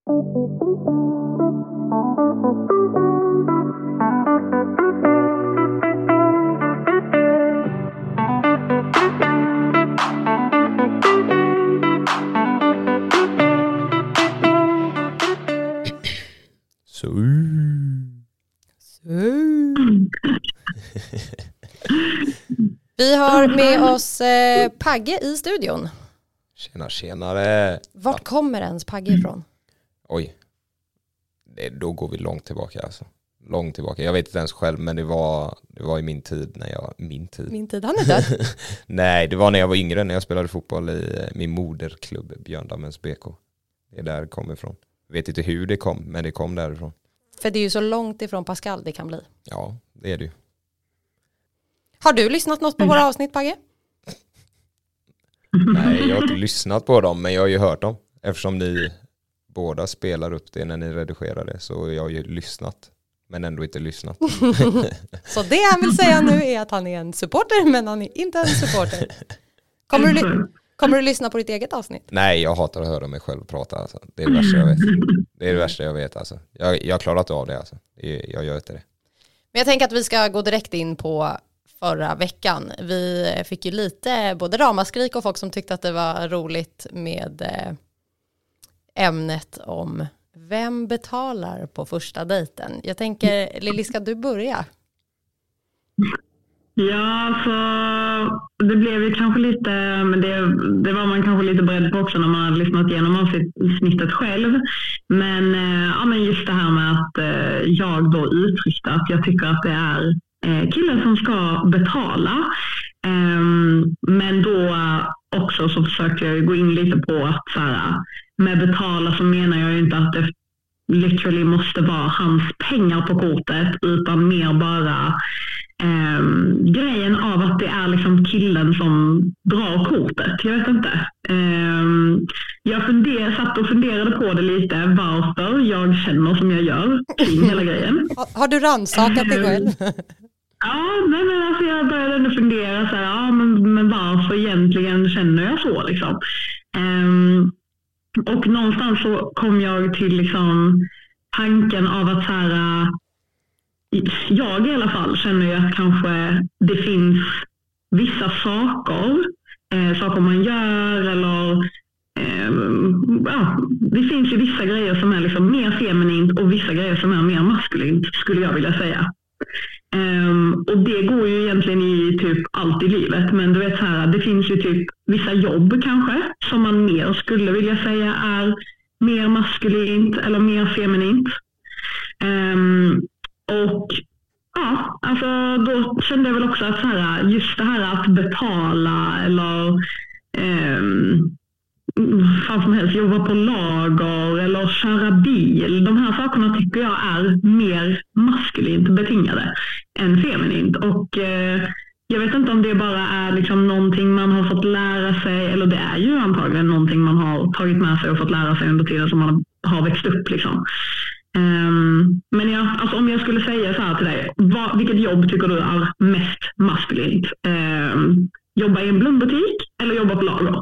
Vi har med oss Pagge i studion. Tjenare. Vart kommer ens Pagge ifrån? Oj. Då går vi långt tillbaka alltså. Långt tillbaka. Jag vet inte ens själv, men det var i min tid när jag... Min tid? Han är död. Nej, det var när jag var yngre, när jag spelade fotboll i min moderklubb, Björndammens BK. Det är där det kommer ifrån. Jag vet inte hur det kom, men det kom därifrån. För det är ju så långt ifrån Pascal det kan bli. Ja, det är det ju. Har du lyssnat något på våra avsnitt, Pagge? Nej, jag har inte lyssnat på dem, men jag har ju hört dem. Eftersom ni båda spelar upp det när ni redigerar det, så jag har ju lyssnat. Men ändå inte lyssnat. Så det han vill säga nu är att han är en supporter, men han är inte en supporter. Kommer du lyssna på ditt eget avsnitt? Nej, jag hatar att höra mig själv prata. Alltså. Det är det värsta jag vet. Det är det värsta jag vet. Alltså. Jag har klarat av det. Alltså. Jag gör inte det. Men jag tänker att vi ska gå direkt in på förra veckan. Vi fick ju lite både ramaskrik och folk som tyckte att det var roligt med ämnet om vem betalar på första dejten. Jag tänker, Lilly, ska du börja? Ja, så det blev ju kanske lite, men det var man kanske lite beredd på också när man hade lyssnat igenom avsnittet själv. Men just det här med att jag då uttryckte att jag tycker att det är killen som ska betala. Men då också så försökte jag gå in lite på att så här, med betala så menar jag ju inte att det literally måste vara hans pengar på kortet, utan mer bara grejen av att det är liksom killen som drar kortet. Jag vet inte. Jag satt och funderade på det lite, varför jag känner som jag gör kring hela grejen. Har du rannsakat dig själv? Ja, men alltså jag började ändå fundera så här, ja, men varför egentligen känner jag så liksom. Och någonstans så kom jag till liksom tanken av att så här, jag i alla fall känner ju att kanske det finns vissa saker man gör eller det finns ju vissa grejer som är liksom mer feminint och vissa grejer som är mer maskulint, skulle jag vilja säga. Och det går ju egentligen i typ allt i livet, men du vet så här, det finns ju typ vissa jobb kanske som man mer skulle vilja säga är mer maskulint eller mer feminint. Och ja, alltså då kände jag väl också att så här, just det här att betala eller fan som helst, jobba på lager eller köra bil. De här sakerna tycker jag är mer maskulint betingade än feminint. Och jag vet inte om det bara är liksom någonting man har fått lära sig, eller det är ju antagligen någonting man har tagit med sig och fått lära sig under tiden som man har växt upp liksom. Men ja, alltså om jag skulle säga så här till dig, vilket jobb tycker du är mest maskulint? Jobba i en blombutik eller jobba på lager?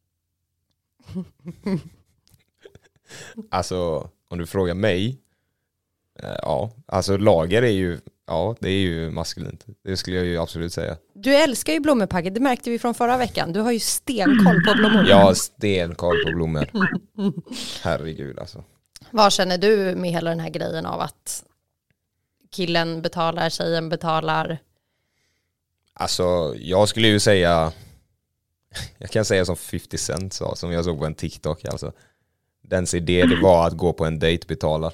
Alltså, om du frågar mig, ja, alltså lager är ju, ja, det är ju maskulint. Det skulle jag ju absolut säga. Du älskar ju blommor, Pagge. Det märkte vi från förra veckan. Du har ju stenkoll på blommor. Jag har stenkoll på blommor. Herregud alltså. Vad känner du med hela den här grejen av att killen betalar, tjejen betalar? Alltså, jag skulle ju säga, jag kan säga som 50 Cent sa, som jag såg på en TikTok. Alltså, dens idé det var att gå på en dejt betalar.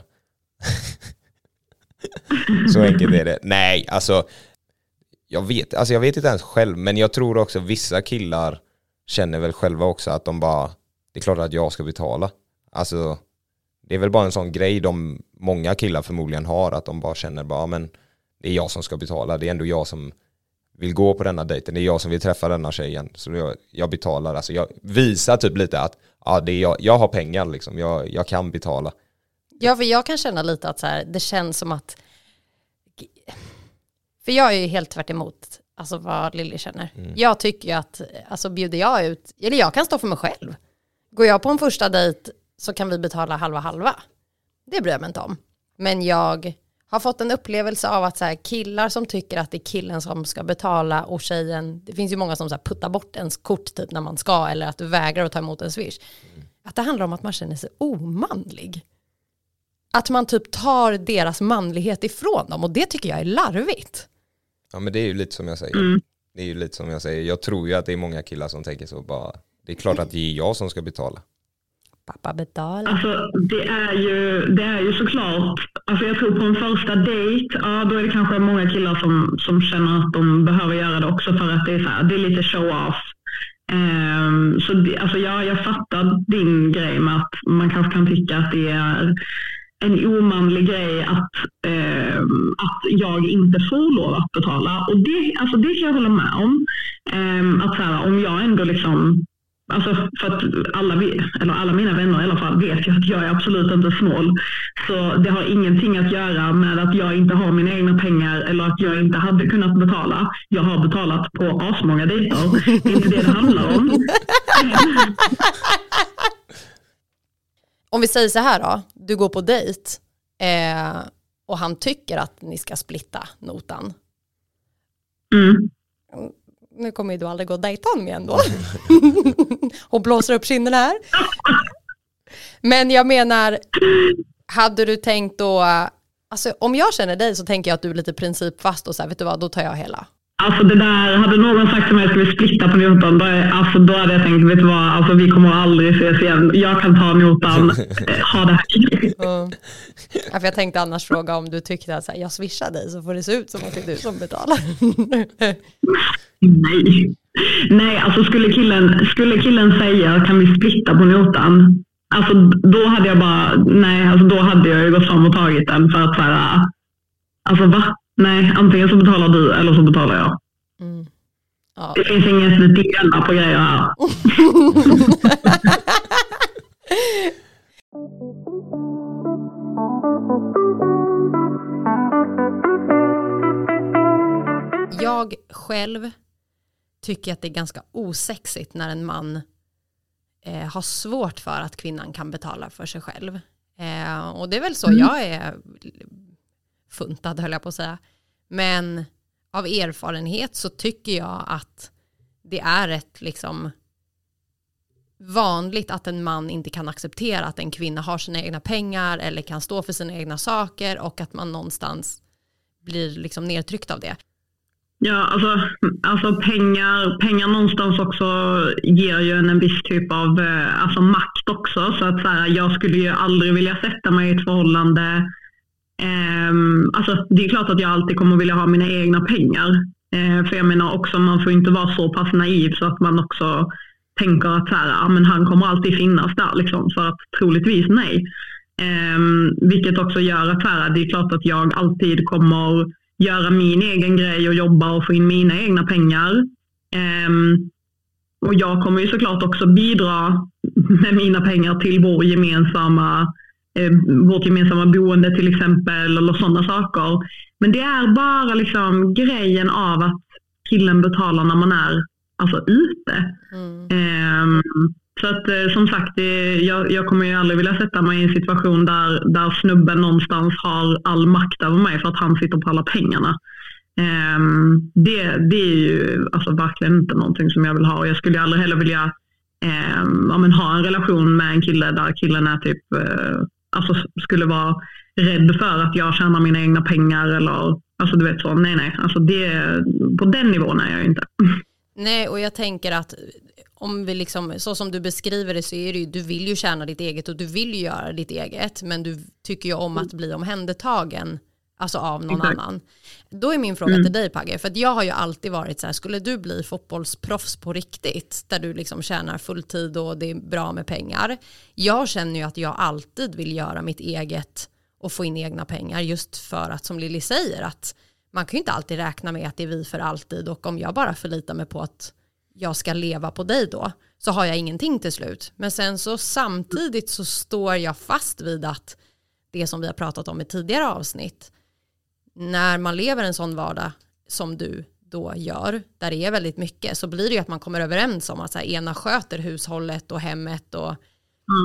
Så enkelt är det. Nej, alltså jag vet inte ens själv, men jag tror också vissa killar känner väl själva också att de bara, det är klart att jag ska betala. Alltså, det är väl bara en sån grej många killar förmodligen har, att de bara känner bara, men det är jag som ska betala. Det är ändå jag som vill gå på denna dejten. Det är jag som vill träffa denna tjejen. Så jag betalar. Alltså jag visar typ lite att det är jag har pengar liksom. Jag kan betala. Ja, för jag kan känna lite att så här, det känns som att, för jag är ju helt tvärt emot alltså vad Lilly känner. Jag tycker ju att alltså bjuder jag ut, eller jag kan stå för mig själv. Går jag på en första dejt så kan vi betala halva. Det bryr jag mig inte om. Men jag har fått en upplevelse av att så här, killar som tycker att det är killen som ska betala och tjejen, det finns ju många som så här, puttar bort ens kort typ när man ska, eller att du vägrar att ta emot en swish. Att det handlar om att man känner sig omanlig. Att man typ tar deras manlighet ifrån dem, och det tycker jag är larvigt. Ja, men det är ju lite som jag säger. Det är ju lite som jag säger. Jag tror ju att det är många killar som tänker så bara, det är klart att det är jag som ska betala. Pappa betalar. Alltså det är ju såklart, alltså jag tror på en första dejt, ja då är det kanske många killar som känner att de behöver göra det också för att det är så här, det är lite show-off. Så det, alltså jag fattar din grej med att man kanske kan tycka att det är en omanlig grej att jag inte får lov att betala. Och det kan jag hålla med om. Att så här, om jag ändå liksom, alltså för att alla mina vänner i alla fall vet ju att jag är absolut inte snål. Så det har ingenting att göra med att jag inte har mina egna pengar eller att jag inte hade kunnat betala. Jag har betalat på asmånga dejter. Det är inte det handlar om. Om vi säger så här då, du går på dejt och han tycker att ni ska splitta notan. Nu kommer ju du aldrig gå och dejta honom igen då. Och blåser upp kinderna här. Men jag menar, hade du tänkt då, alltså om jag känner dig så tänker jag att du är lite principfast och så här, vet du vad, då tar jag hela. Alltså det där, hade någon sagt till mig att vi splitta på notan, då hade jag tänkt, vet du vad, alltså vi kommer aldrig ses igen. Jag kan ta notan, ha det här. Ja, för jag tänkte annars fråga om du tyckte att så här, jag swishar dig så får det se ut som att det är du som betalar. Nej, alltså skulle killen säga kan vi splitta på notan, alltså då hade jag bara, nej, alltså då hade jag ju gått fram och tagit den för att så här, alltså va? Nej, antingen så betalar du eller så betalar jag. Ja. Det finns ingen dela på grejer här. Jag själv tycker att det är ganska osexigt när en man har svårt för att kvinnan kan betala för sig själv. Och det är väl så jag är funtad, höll jag på att säga. Men av erfarenhet så tycker jag att det är rätt liksom vanligt att en man inte kan acceptera att en kvinna har sina egna pengar eller kan stå för sina egna saker, och att man någonstans blir liksom nedtryckt av det. Ja, alltså pengar någonstans också ger ju en viss typ av alltså makt också. Så att så här, jag skulle ju aldrig vilja sätta mig i ett förhållande. Alltså det är klart att jag alltid kommer vilja ha mina egna pengar. För jag menar också, man får inte vara så pass naiv så att man också tänker att så här, ja, men han kommer alltid finnas där liksom, för att troligtvis nej. Vilket också gör att så här, det är klart att jag alltid kommer göra min egen grej och jobba och få in mina egna pengar. Och jag kommer ju såklart också bidra med mina pengar till vårt gemensamma boende till exempel, eller sådana saker. Men det är bara liksom grejen av att killen betalar när man är alltså ute. Så att som sagt, jag kommer ju aldrig vilja sätta mig i en situation där snubben någonstans har all makt över mig för att han sitter på alla pengarna. Det är ju alltså verkligen inte någonting som jag vill ha. Och jag skulle ju aldrig heller vilja ha en relation med en kille där killen är typ alltså skulle vara rädd för att jag tjänar mina egna pengar eller alltså du vet så. Nej, alltså det, på den nivån är jag inte. Nej, och jag tänker att om vi liksom, så som du beskriver det, så är det ju, du vill ju tjäna ditt eget och du vill ju göra ditt eget, men du tycker ju om att bli omhändertagen alltså av någon annan. Då är min fråga till dig, Pagge, för att jag har ju alltid varit så här, skulle du bli fotbollsproffs på riktigt, där du liksom tjänar fulltid och det är bra med pengar, jag känner ju att jag alltid vill göra mitt eget och få in egna pengar, just för att, som Lilly säger, att man kan ju inte alltid räkna med att det är vi för alltid, och om jag bara förlitar mig på att jag ska leva på dig då, så har jag ingenting till slut. Men sen så samtidigt så står jag fast vid att det som vi har pratat om i tidigare avsnitt, när man lever en sån vardag som du då gör, där det är väldigt mycket, så blir det ju att man kommer överens om att så här, ena sköter hushållet och hemmet och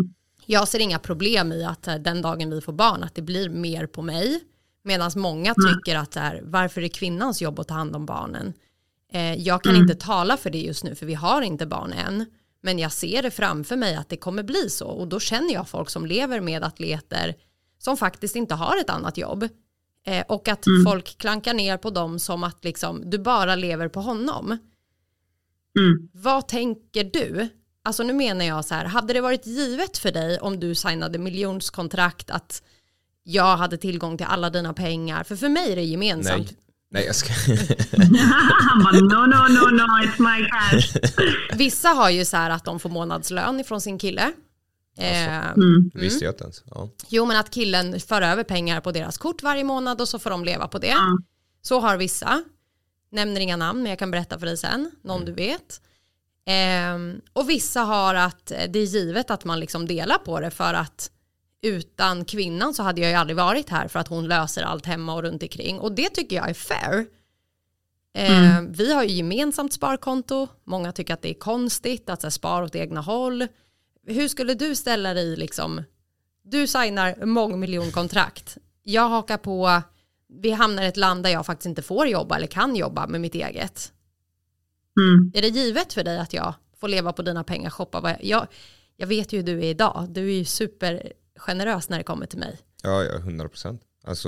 Jag ser inga problem i att den dagen vi får barn att det blir mer på mig. Medan många tycker att varför är kvinnans jobb att ta hand om barnen? Jag kan inte tala för det just nu för vi har inte barn än. Men jag ser det framför mig att det kommer bli så. Och då känner jag folk som lever med atleter som faktiskt inte har ett annat jobb. Och att folk klankar ner på dem som att liksom, du bara lever på honom. Vad tänker du? Alltså nu menar jag så här, hade det varit givet för dig om du signade miljonskontrakt att jag hade tillgång till alla dina pengar? För mig är det gemensamt. Nej, jag ska... Han bara, no, it's my cash. Vissa har ju så här att de får månadslön ifrån sin kille. Visste jag inte ens. Ja. Jo, men att killen för över pengar på deras kort varje månad och så får de leva på det. Så har vissa. Nämner inga namn, men jag kan berätta för dig sen. Någon du vet. Och vissa har att det är givet att man liksom delar på det för att utan kvinnan så hade jag ju aldrig varit här för att hon löser allt hemma och runt omkring. Och det tycker jag är fair. Vi har ju gemensamt sparkonto. Många tycker att det är konstigt att spara åt egna håll. Hur skulle du ställa dig liksom? Du signar mångmiljonkontrakt. Jag hakar på. Vi hamnar i ett land där jag faktiskt inte får jobba eller kan jobba med mitt eget. Är det givet för dig att jag får leva på dina pengar, shoppa? Jag vet ju hur du är idag. Du är ju supergenerös när det kommer till mig. Ja, 100%. Alltså,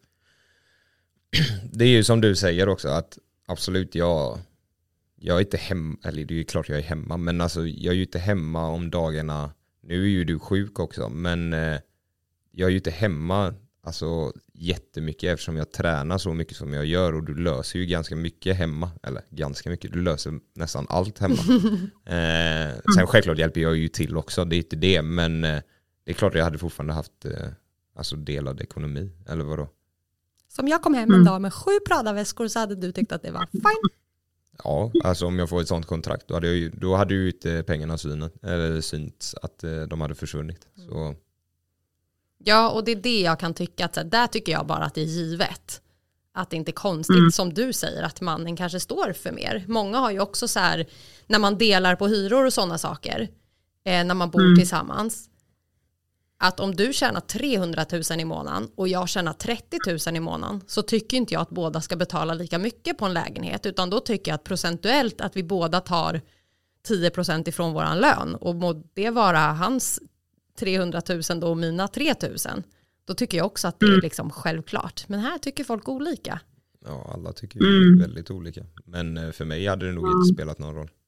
det är ju som du säger också att absolut, jag är inte hemma, eller det är ju klart jag är hemma, men alltså jag är ju inte hemma om dagarna. Nu är ju du sjuk också, men jag är ju inte hemma alltså jättemycket eftersom jag tränar så mycket som jag gör, och du löser ju ganska mycket hemma, eller ganska mycket, du löser nästan allt hemma. Sen självklart hjälper jag ju till också, det är inte det, men det är klart jag hade fortfarande haft alltså delad ekonomi, eller vadå? Som jag kom hem en dag med 7 Prada-väskor så hade du tyckt att det var fine. Ja, alltså om jag får ett sånt kontrakt då hade ju inte pengarna synts att de hade försvunnit. Så. Ja, och det är det jag kan tycka att där tycker jag bara att det är givet. Att det inte är konstigt som du säger att mannen kanske står för mer. Många har ju också så här när man delar på hyror och sådana saker när man bor tillsammans. Att om du tjänar 300 000 i månaden och jag tjänar 30 000 i månaden så tycker inte jag att båda ska betala lika mycket på en lägenhet, utan då tycker jag att procentuellt att vi båda tar 10% ifrån våran lön, och må det vara hans 300 000 då och mina 3 000, då tycker jag också att det är liksom självklart. Men här tycker folk olika. Ja, alla tycker ju väldigt olika. Men för mig hade det nog inte spelat någon roll.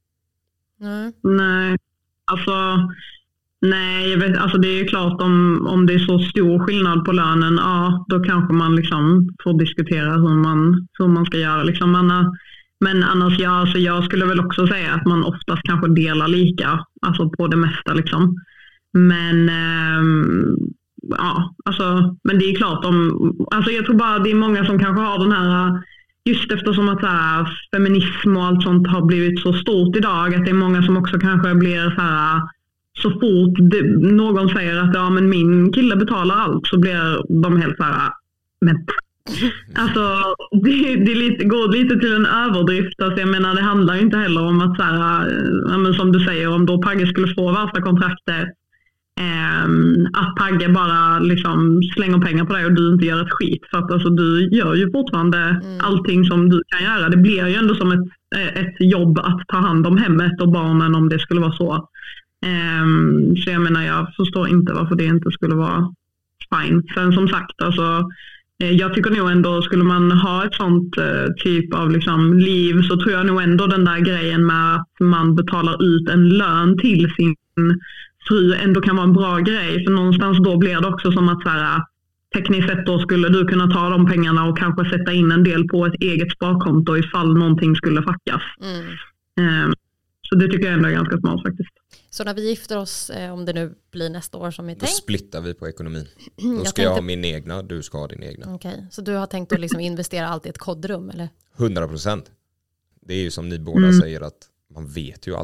Nej, alltså... Nej, jag vet, alltså det är ju klart om det är så stor skillnad på lönen, ja, då kanske man liksom får diskutera hur man ska göra. Liksom. Men annars, ja, alltså jag skulle väl också säga att man oftast kanske delar lika, alltså på det mesta liksom. Men ja, alltså, men det är klart alltså jag tror bara det är många som kanske har den här, just eftersom att så här, feminism och allt sånt har blivit så stort idag, att det är många som också kanske blir så här, så fort någon säger att ja, men min kille betalar allt, så blir de helt så här, men alltså det går lite till en överdrift. Alltså jag menar, det handlar ju inte heller om att så här, ja, men som du säger, om då Pagge skulle få värsta kontraktet, att Pagge bara liksom slänger pengar på dig och du inte gör ett skit, för att alltså, du gör ju fortfarande allting som du kan göra. Det blir ju ändå som ett jobb att ta hand om hemmet och barnen, om det skulle vara så. Så jag menar, jag förstår inte varför det inte skulle vara fine. Sen som sagt, alltså, jag tycker nog ändå, skulle man ha ett sånt typ av liksom liv, så tror jag nog ändå den där grejen med att man betalar ut en lön till sin fru ändå kan vara en bra grej. För någonstans då blir det också som att så här, tekniskt sett då skulle du kunna ta de pengarna och kanske sätta in en del på ett eget sparkonto ifall någonting skulle fackas. Så det tycker jag ändå är ganska smart faktiskt. Så när vi gifter oss, om det nu blir nästa år som vi tänkt. Då splittar vi på ekonomin. Då ska jag ha min egna, du ska ha din egna. Okej, så du har tänkt att liksom investera allt i ett kodrum, eller? 100%. Det är ju som ni båda säger, att man vet ju aldrig.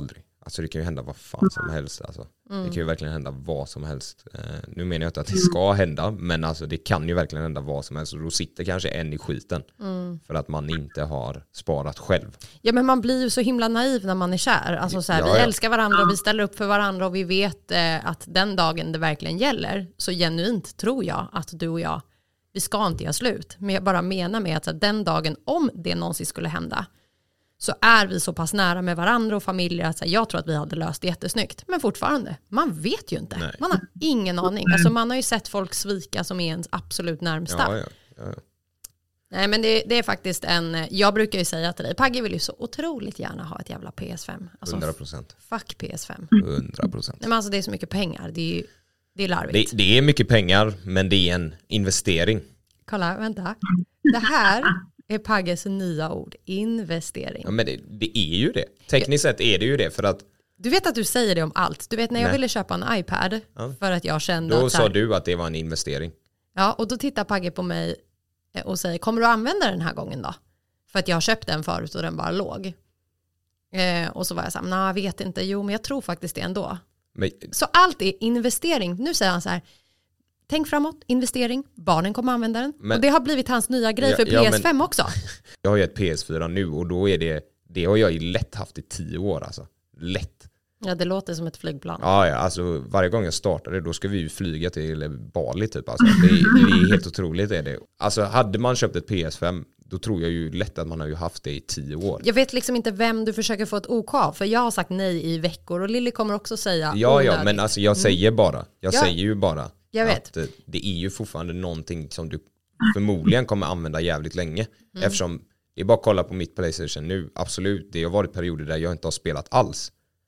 Alltså det kan ju hända vad fan som helst. Alltså. Det kan ju verkligen hända vad som helst. Nu menar jag inte att det ska hända, men alltså det kan ju verkligen hända vad som helst. Och då sitter kanske en i skiten för att man inte har sparat själv. Ja, men man blir ju så himla naiv när man är kär. Alltså så här, vi älskar varandra och vi ställer upp för varandra och vi vet att den dagen det verkligen gäller, så genuint tror jag att du och jag, vi ska inte göra slut. Men jag bara menar med att den dagen, om det någonsin skulle hända, så är vi så pass nära med varandra och familjer att jag tror att vi hade löst det jättesnyggt. Men fortfarande, man vet ju inte. Nej. Man har ingen aning. Alltså man har ju sett folk svika som är ens absolut närmsta. Ja. Nej, men det är faktiskt jag brukar ju säga till dig, Pagge vill ju så otroligt gärna ha ett jävla PS5. Alltså, 100%. Fuck PS5. 100%. Nej, men alltså det är så mycket pengar. Det är larvigt. Det är mycket pengar, men det är en investering. Kolla, vänta. Det här är Pagges nya ord. Investering. Ja, men det är ju det. Tekniskt sett är det ju det. För att du vet att du säger det om allt. Du vet när jag ville köpa en iPad för att jag kände då sa du att det var en investering. Ja, och då tittar Pagge på mig och säger, kommer du använda den här gången då? För att jag har köpt den förut och den bara låg. Och så var jag så här, nej jag vet inte. Jo, men jag tror faktiskt det ändå. Men så allt är investering. Nu säger han så här, tänk framåt, investering, barnen kommer använda den. Men, och det har blivit hans nya grej för PS5 också. Jag har ju ett PS4 nu och då är det har jag ju lätt haft i 10 år alltså. Lätt. Ja, det låter som ett flygplan. Ja, alltså varje gång jag startade då ska vi ju flyga till Bali typ. Alltså, det är helt otroligt är det. Alltså hade man köpt ett PS5 då tror jag ju lätt att man har ju haft det i 10 år. Jag vet liksom inte vem du försöker få ett OK av, för jag har sagt nej i veckor och Lilly kommer också säga Ja, men alltså jag säger bara. Jag säger ju bara. Jag vet. Att det är ju fortfarande någonting som du förmodligen kommer använda jävligt länge. Eftersom det är bara att kolla på mitt PlayStation nu. Absolut, det har varit perioder där jag inte har spelat alls.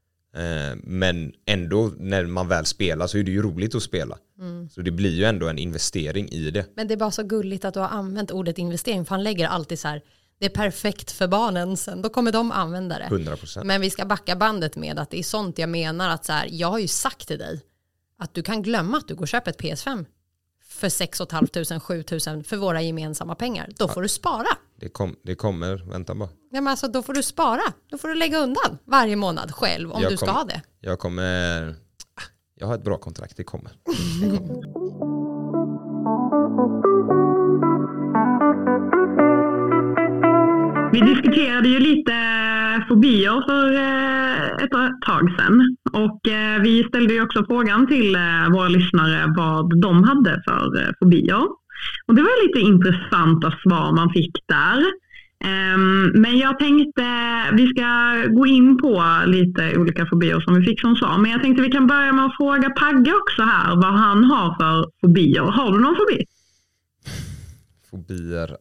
Men ändå när man väl spelar så är det ju roligt att spela. Så det blir ju ändå en investering i det. Men det är bara så gulligt att du har använt ordet investering. För han lägger alltid så här, det är perfekt för barnen sen. Då kommer de använda det. 100%. Men vi ska backa bandet med att det är sånt jag menar. Att så här, jag har ju sagt till dig att du kan glömma att du går och köper ett PS5 för 6 500, 7 000 för våra gemensamma pengar. Då får du spara. Det kommer, vänta bara. Ja, men alltså, då får du spara. Då får du lägga undan varje månad själv om du ska ha det. Jag har ett bra kontrakt, det kommer. Vi diskuterade ju lite fobier för ett tag sedan. Och vi ställde ju också frågan till våra lyssnare vad de hade för fobier. Och det var lite intressanta svar man fick där. Men jag tänkte vi ska gå in på lite olika fobier som vi fick som svar. Men jag tänkte vi kan börja med att fråga Pagge också här vad han har för fobier. Har du någon fobi? Fobier,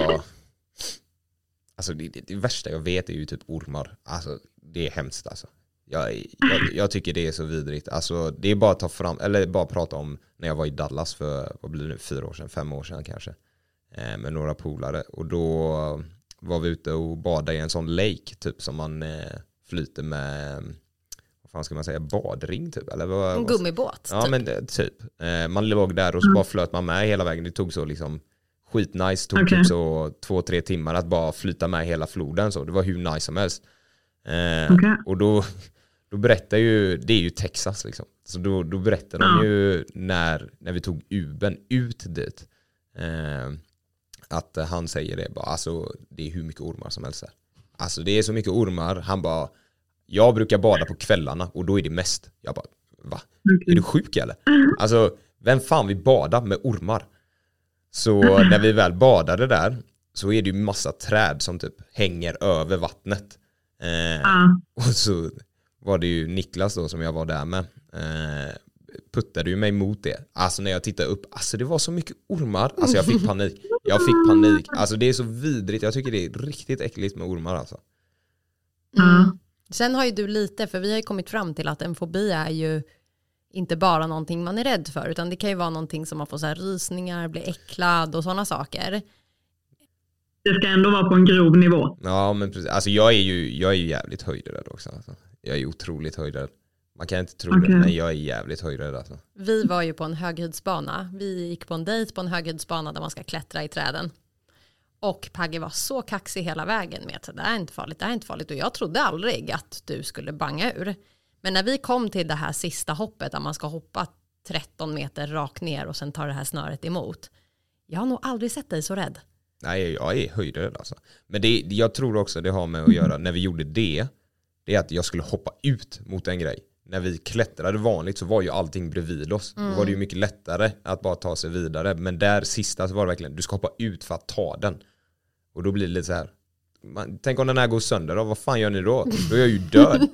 alltså det värsta jag vet är ju typ ormar. Alltså det är hemskt alltså. Jag tycker det är så vidrigt. Alltså det är bara att ta fram, eller bara prata om när jag var i Dallas för, vad blir det, 4 år sedan, 5 år sedan kanske. Med några polare. Och då var vi ute och badade i en sån lake typ som man flyter med, vad fan ska man säga, badring typ. Eller en gummibåt. Ja, typ. Men typ. Man låg där och så bara flöt man med hela vägen. Det tog så liksom skitnice. Tog typ så 2-3 timmar att bara flyta med hela floden. Så det var hur nice som helst. Och då berättar ju, det är ju Texas liksom. Så då berättar de ju när vi tog Uben ut dit. Att han säger det bara, alltså det är hur mycket ormar som helst här. Alltså det är så mycket ormar. Han bara, jag brukar bada på kvällarna och då är det mest. Jag bara, va? Är du sjuk eller? Alltså vem fan vill bada med ormar? Så när vi väl badade där så är det ju massa träd som typ hänger över vattnet. Och så var det ju Niklas då som jag var där med. Puttade ju mig mot det. Alltså när jag tittade upp, alltså det var så mycket ormar. Alltså jag fick panik. Alltså det är så vidrigt. Jag tycker det är riktigt äckligt med ormar alltså. Sen har ju du lite, för vi har ju kommit fram till att en fobi är ju inte bara någonting man är rädd för, utan det kan ju vara någonting som man får så här rysningar, blir äcklad och sådana saker. Det ska ändå vara på en grov nivå. Ja, men precis. Alltså jag är ju jävligt höjdrädd också. Alltså. Jag är otroligt höjdrädd. Man kan inte tro det, men jag är jävligt höjdrädd alltså. Vi var ju på en höghöjdsbana. Vi gick på en dejt på en höghöjdsbana där man ska klättra i träden. Och Pagge var så kaxig hela vägen med att det är inte farligt. Och jag trodde aldrig att du skulle banga ur. Men när vi kom till det här sista hoppet, där man ska hoppa 13 meter rakt ner och sen tar det här snöret emot. Jag har nog aldrig sett dig så rädd. Nej, jag är höjdrädd alltså. Men jag tror också det har med att göra, när vi gjorde det är att jag skulle hoppa ut mot en grej. När vi klättrade vanligt så var ju allting bredvid oss. Då var det ju mycket lättare att bara ta sig vidare. Men där sista så var det verkligen, du ska hoppa ut för att ta den. Och då blir det lite så här. Tänk om den här går sönder då, vad fan gör ni då? Då är jag ju död.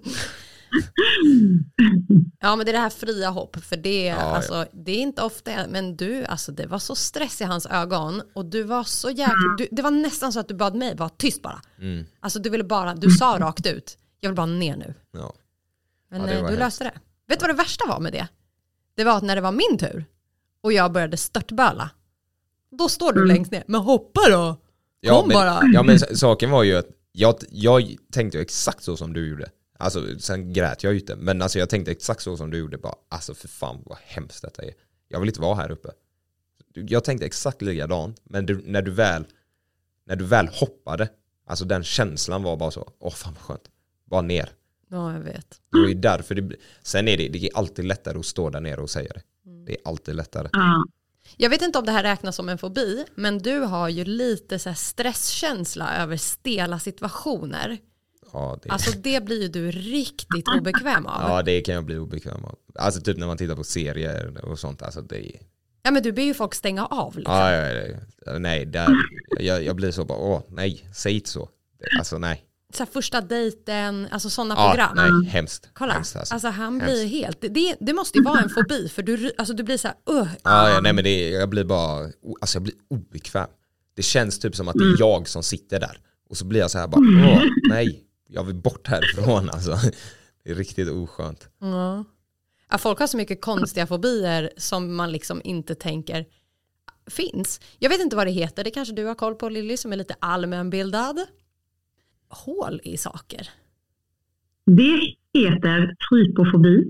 Ja, men det är det här fria hopp. För det, det är inte ofta, men du, alltså det var så stress i hans ögon. Och du var så jävla, det var nästan så att du bad mig, var tyst bara. Alltså du sa rakt ut, jag vill bara ner nu. Ja. Men du löste det. Vet du vad det värsta var med det? Det var att när det var min tur och jag började störtböla, då står du längst ner. Men hoppa då! Kom bara! Ja, men saken var ju att jag tänkte exakt så som du gjorde. Alltså, sen grät jag inte. Men alltså, jag tänkte exakt så som du gjorde. Bara, alltså för fan vad hemskt detta är. Jag vill inte vara här uppe. Jag tänkte exakt likadant. Men när du väl hoppade, alltså den känslan var bara så, fan vad skönt. Bara ner. Ja, jag vet. Det är därför sen är det är alltid lättare att stå där nere och säga det. Det är alltid lättare. Jag vet inte om det här räknas som en fobi, men du har ju lite så här stresskänsla över stela situationer. Ja, alltså det blir ju du riktigt obekväm av. Ja, det kan jag bli obekväm av. Alltså typ när man tittar på serier och sånt. Alltså det är... Ja, men du ber ju folk stänga av. Liksom. Ja, nej. Jag blir så bara, nej, säg inte så. Alltså nej. Så här, första dejten, alltså sådana program. Nej, hemskt. Kolla, hemskt, alltså han blir helt, det måste ju vara en fobi, för du blir så här, nej men jag blir bara, alltså jag blir obekväm. Det känns typ som att det är jag som sitter där. Och så blir jag så här bara, nej, jag vill bort härifrån alltså. Det är riktigt oskönt. Ja, folk har så mycket konstiga fobier som man liksom inte tänker finns. Jag vet inte vad det heter, det kanske du har koll på, Lilly, som är lite allmänbildad. Hål i saker. Det heter trypofobi.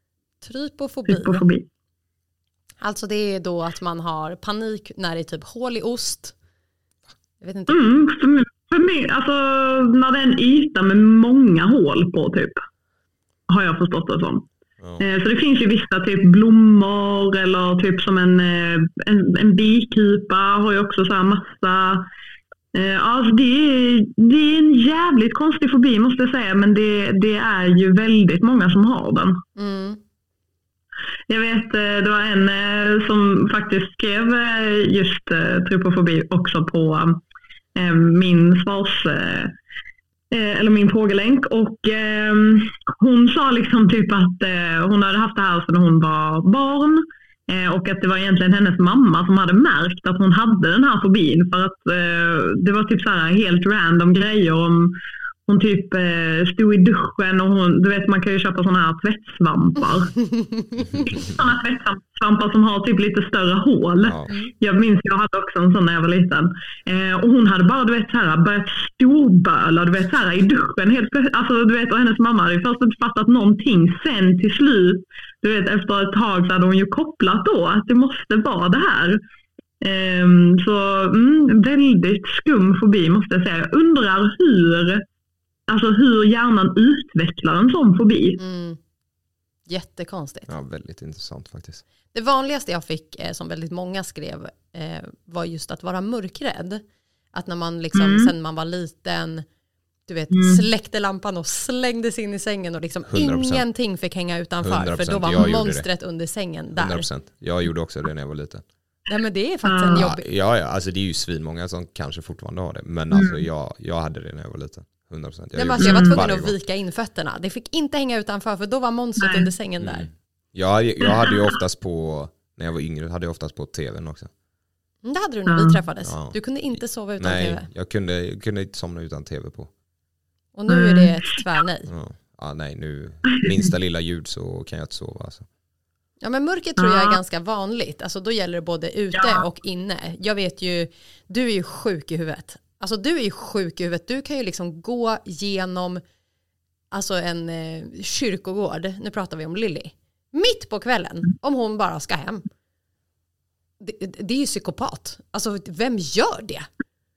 Trypofobi. Alltså det är då att man har panik när det är typ hål i ost. Jag vet inte. För mig, alltså när det är en yta med många hål på typ. Har jag förstått det som. Så det finns ju vissa typ blommor eller typ som en bikupa har ju också så här massa. Alltså det är en jävligt konstig fobi måste jag säga, men det är ju väldigt många som har den. Jag vet, det var en som faktiskt skrev just trypofobi också på min eller min frågelänk, och hon sa liksom typ att hon hade haft det här sedan hon var barn. Och att det var egentligen hennes mamma som hade märkt att hon hade den här fobin, för att det var typ så här helt random grejer om hon typ stod i duschen och du vet man kan ju köpa såna här tvättsvampar. Såna tvättsvampar som har typ lite större hål. Ja. Jag minns jag hade också en sån när jag var liten. Och hon hade bara du vet så här börjat storböla, du vet så här i duschen helt alltså du vet, och hennes mamma hade först inte fattat någonting, sen till slut du vet efter ett tag så hade hon ju kopplat då att det måste vara det här. Så väldigt skum fobi måste jag säga. Jag undrar hur hjärnan utvecklar en sån fobi. Jättekonstigt. Ja, väldigt intressant faktiskt. Det vanligaste jag fick som väldigt många skrev var just att vara mörkrädd. Att när man liksom sen man var liten, du vet, släckte lampan och slängdes in i sängen och liksom 100%. Ingenting fick hänga utanför. 100%. För då var monstret under sängen där. 100%. Jag gjorde också det när jag var liten. Ja, men det är faktiskt en jobbig. Ja, alltså det är ju svinmånga som kanske fortfarande har det. Men alltså jag hade det när jag var liten. 100%. Jag var tvungen att vika in fötterna. Det fick inte hänga utanför, för då var monstret under sängen där. Jag hade ju oftast på, när jag var yngre, hade jag oftast på tvn också. Det hade du när vi träffades. Ja. Du kunde inte sova utan tv. Nej, jag kunde inte somna utan tv på. Och nu är det ett tvärnej. Ja, nej, nu minsta lilla ljud så kan jag inte sova alltså. Ja, men mörker tror jag är ganska vanligt. Alltså då gäller det både ute och inne. Jag vet ju, du är ju sjuk i huvudet. Alltså du är ju sjuk i huvudet. Du kan ju liksom gå genom alltså en kyrkogård. Nu pratar vi om Lilly. Mitt på kvällen, om hon bara ska hem. Det är ju psykopat. Alltså vem gör det?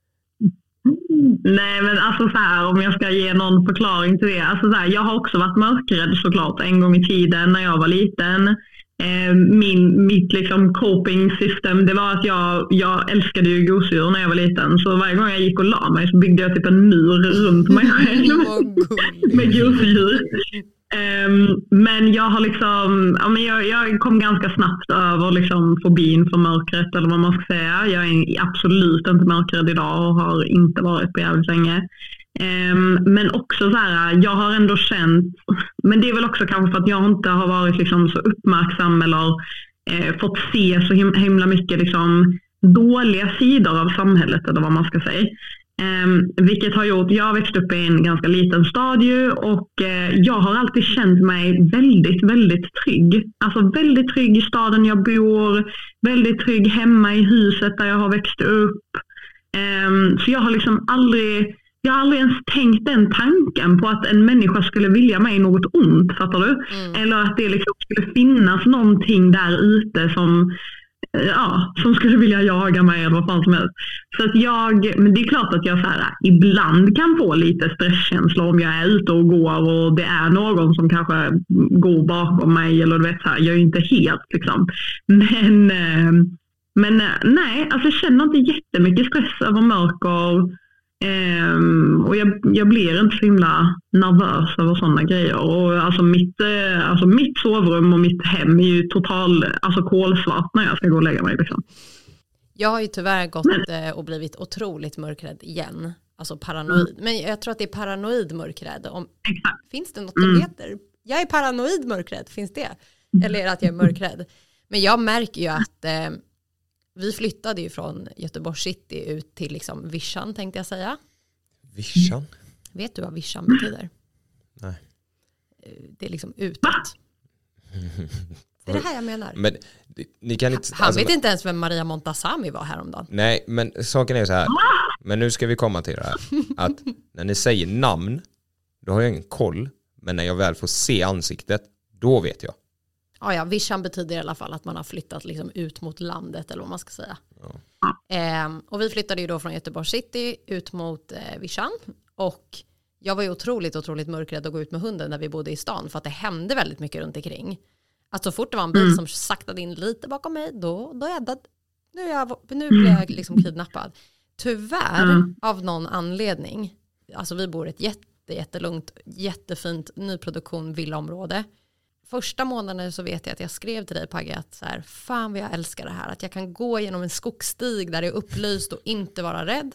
Nej, men alltså så här, om jag ska ge någon förklaring till det. Alltså så här, jag har också varit mörkrädd såklart en gång i tiden när jag var liten. Mitt liksom coping system, det var att jag älskade ju gosedjur när jag var liten. Så varje gång jag gick och la mig så byggde jag typ en mur runt mig själv med gosedjur. Men jag har liksom, ja, men jag kom ganska snabbt över liksom fobin för mörkret, eller vad man ska säga. Jag är absolut inte mörkrädd idag och har inte varit på jävligt länge. Men också så här, jag har ändå känt, men det är väl också kanske för att jag inte har varit liksom så uppmärksam eller fått se så himla mycket liksom dåliga sidor av samhället, eller vad man ska säga. Vilket har gjort, jag växte upp i en ganska liten stad och jag har alltid känt mig väldigt, väldigt trygg. Alltså väldigt trygg i staden jag bor, väldigt trygg hemma i huset där jag har växt upp. Så jag har liksom aldrig ens tänkt den tanken på att en människa skulle vilja mig något ont, fattar du? Eller att det liksom skulle finnas någonting där ute som skulle vilja jaga mig eller vad fan som helst. Så att men det är klart att jag så här, ibland kan få lite stresskänslor om jag är ute och går och det är någon som kanske går bakom mig, eller du vet så här, jag är inte helt liksom. Men nej, alltså jag känner inte jättemycket stress över mörker. Och jag blir inte så himla nervös över sådana grejer. Och alltså mitt sovrum och mitt hem är ju kolsvart när jag ska gå och lägga mig liksom. Jag har ju tyvärr gått och blivit otroligt mörkrädd igen. Alltså paranoid. Men jag tror att det är paranoid mörkrädd. Finns det något som heter? Jag är paranoid mörkrädd, finns det? Eller är det att jag är mörkrädd? Men jag märker ju att vi flyttade ju från Göteborg city ut till liksom Vischan, tänkte jag säga. Vischan? Vet du vad Vischan betyder? Nej. Det är liksom utåt. Det är det här jag menar. Men ni kan inte, han vet inte ens vem Maria Montazami var häromdagen. Nej, men saken är så här. Men nu ska vi komma till det här. Att när ni säger namn, då har jag ingen koll. Men när jag väl får se ansiktet, då vet jag. Ja, Vischan betyder i alla fall att man har flyttat liksom ut mot landet, eller vad man ska säga. Ja. Och vi flyttade ju då från Göteborg city ut mot Vischan. Och jag var ju otroligt mörkrädd att gå ut med hunden när vi bodde i stan. För att det hände väldigt mycket runt omkring. Att så fort det var en bil som saktade in lite bakom mig, då är jag död. Nu blir jag liksom kidnappad. Tyvärr, av någon anledning. Alltså vi bor i ett jättelugnt, jättefint nyproduktion villaområde. Första månaden så vet jag att jag skrev till dig, Pagge, att så här, fan vad jag älskar det här. Att jag kan gå genom en skogsstig där det är upplyst och inte vara rädd.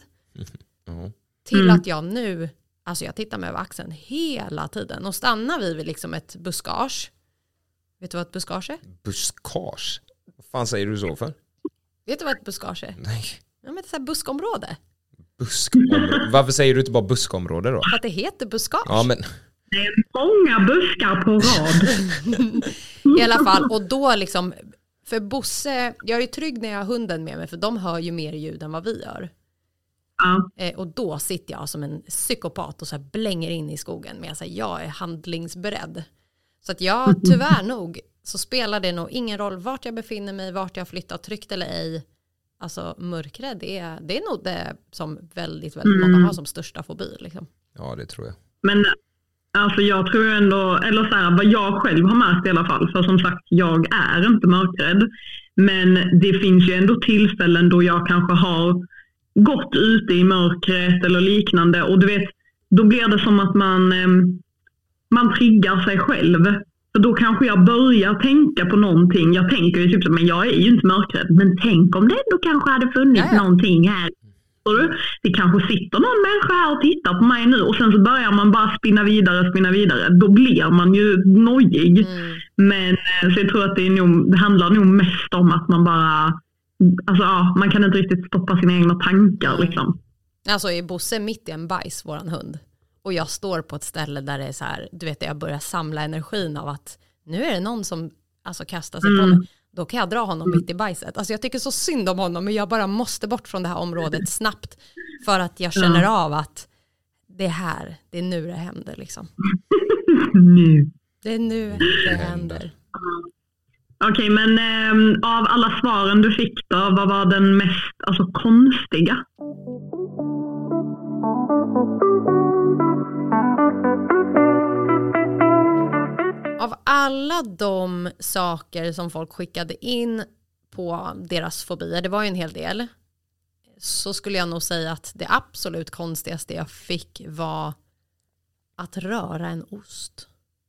Till att jag nu, alltså jag tittar mig över axeln hela tiden. Och stannar vi vid liksom ett buskage. Vet du vad ett buskage är? Buskage? Vad fan säger du så för? Vet du vad ett buskage är? Nej. Ja, men det är så här buskområde. Buskområde? Varför säger du inte bara buskområde då? För att det heter buskage. Ja, men... Det är många buskar på rad. I alla fall, och då liksom, för Bosse, jag är trygg när jag har hunden med mig, för de hör ju mer ljud än vad vi gör. Och då sitter jag som en psykopat och så här blänger in i skogen med att jag är handlingsberedd. Så att jag tyvärr nog, så spelar det nog ingen roll vart jag befinner mig, vart jag flyttat, tryggt eller ej. Alltså mörkrädd, det är nog det som väldigt många har som största fobi. Liksom. Ja, det tror jag. Men alltså jag tror ändå, eller så här, vad jag själv har märkt i alla fall, för som sagt, jag är inte mörkrädd. Men det finns ju ändå tillfällen då jag kanske har gått ute i mörkret eller liknande. Och du vet, då blir det som att man triggar sig själv. För då kanske jag börjar tänka på någonting. Jag tänker ju typ så, men jag är ju inte mörkrädd. Men tänk om det då kanske hade funnits någonting här. Det kanske sitter någon människa här och tittar på mig nu. Och sen så börjar man bara spinna vidare. Då blir man ju nojig. Men så jag tror att det handlar nog mest om att man bara... Alltså man kan inte riktigt stoppa sina egna tankar liksom. Alltså är Bosse mitt i en bajs, våran hund. Och jag står på ett ställe där det är så här, du vet, jag börjar samla energin av att nu är det någon som alltså kastar sig på mig. Då kan jag dra honom mitt i bajset. Alltså jag tycker så synd om honom, men jag bara måste bort från det här området snabbt. För att jag känner av att det är nu det händer liksom. Det är nu det händer. Okej, men av alla svaren du fick då, vad var den mest konstiga? Av alla de saker som folk skickade in på deras fobier, det var ju en hel del, så skulle jag nog säga att det absolut konstigaste jag fick var att röra en ost.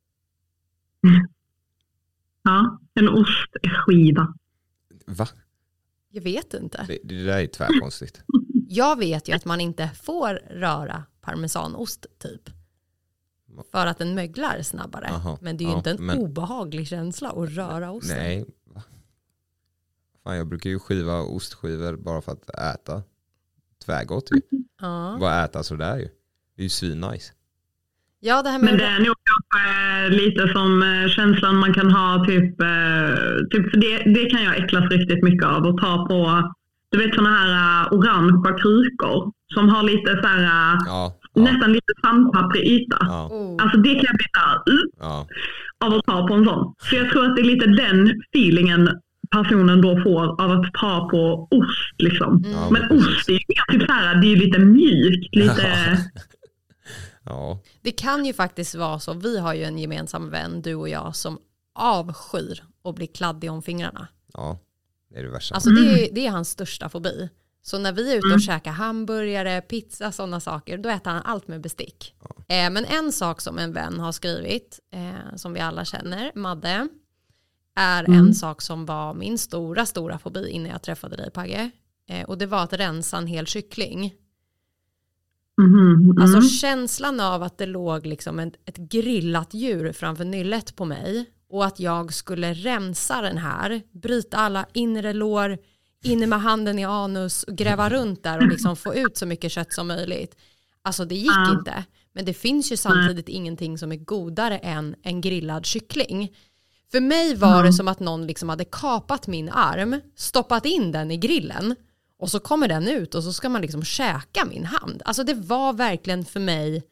Ja, en ostskiva. Va? Jag vet inte. Det där är tvärkonstigt. Jag vet ju att man inte får röra parmesanost typ. För att den möglar snabbare. Aha, men det är ju inte en obehaglig känsla att röra osten. Nej. Fan, jag brukar ju skiva ostskivor bara för att äta. Tvärgott ju. Ja. Bara äta sådär ju. Det är ju svinnice. Ja, det här med... Men det är nog lite som känslan man kan ha typ för det kan jag äcklas riktigt mycket av och ta på, du vet såna här orangea krukor som har lite så här nästan lite sandpapprig yta. Ja. Alltså det kan jag bli av att ta på en sån. Så jag tror att det är lite den feelingen personen då får av att ta på ost liksom. Ja, men ost är ju typ så här, det är ju lite mjukt, lite... Ja. Det kan ju faktiskt vara så. Vi har ju en gemensam vän, du och jag, som avskyr att bli kladdig om fingrarna. Ja, det är det värsta. Alltså det är hans största fobi. Så när vi är ute och käkar hamburgare, pizza, sådana saker, då äter han allt med bestick. Ja. Men en sak som en vän har skrivit, som vi alla känner, Madde, är en sak som var min stora fobi innan jag träffade dig, Pagge. Och det var att rensa en hel kyckling. Alltså känslan av att det låg liksom ett grillat djur framför nyllet på mig och att jag skulle rensa den här, bryta alla inre lår, in med handen i anus och gräva runt där och liksom få ut så mycket kött som möjligt. Alltså det gick inte. Men det finns ju samtidigt ingenting som är godare än en grillad kyckling. För mig var det som att någon liksom hade kapat min arm, stoppat in den i grillen. Och så kommer den ut och så ska man liksom käka min hand. Alltså det var verkligen för mig...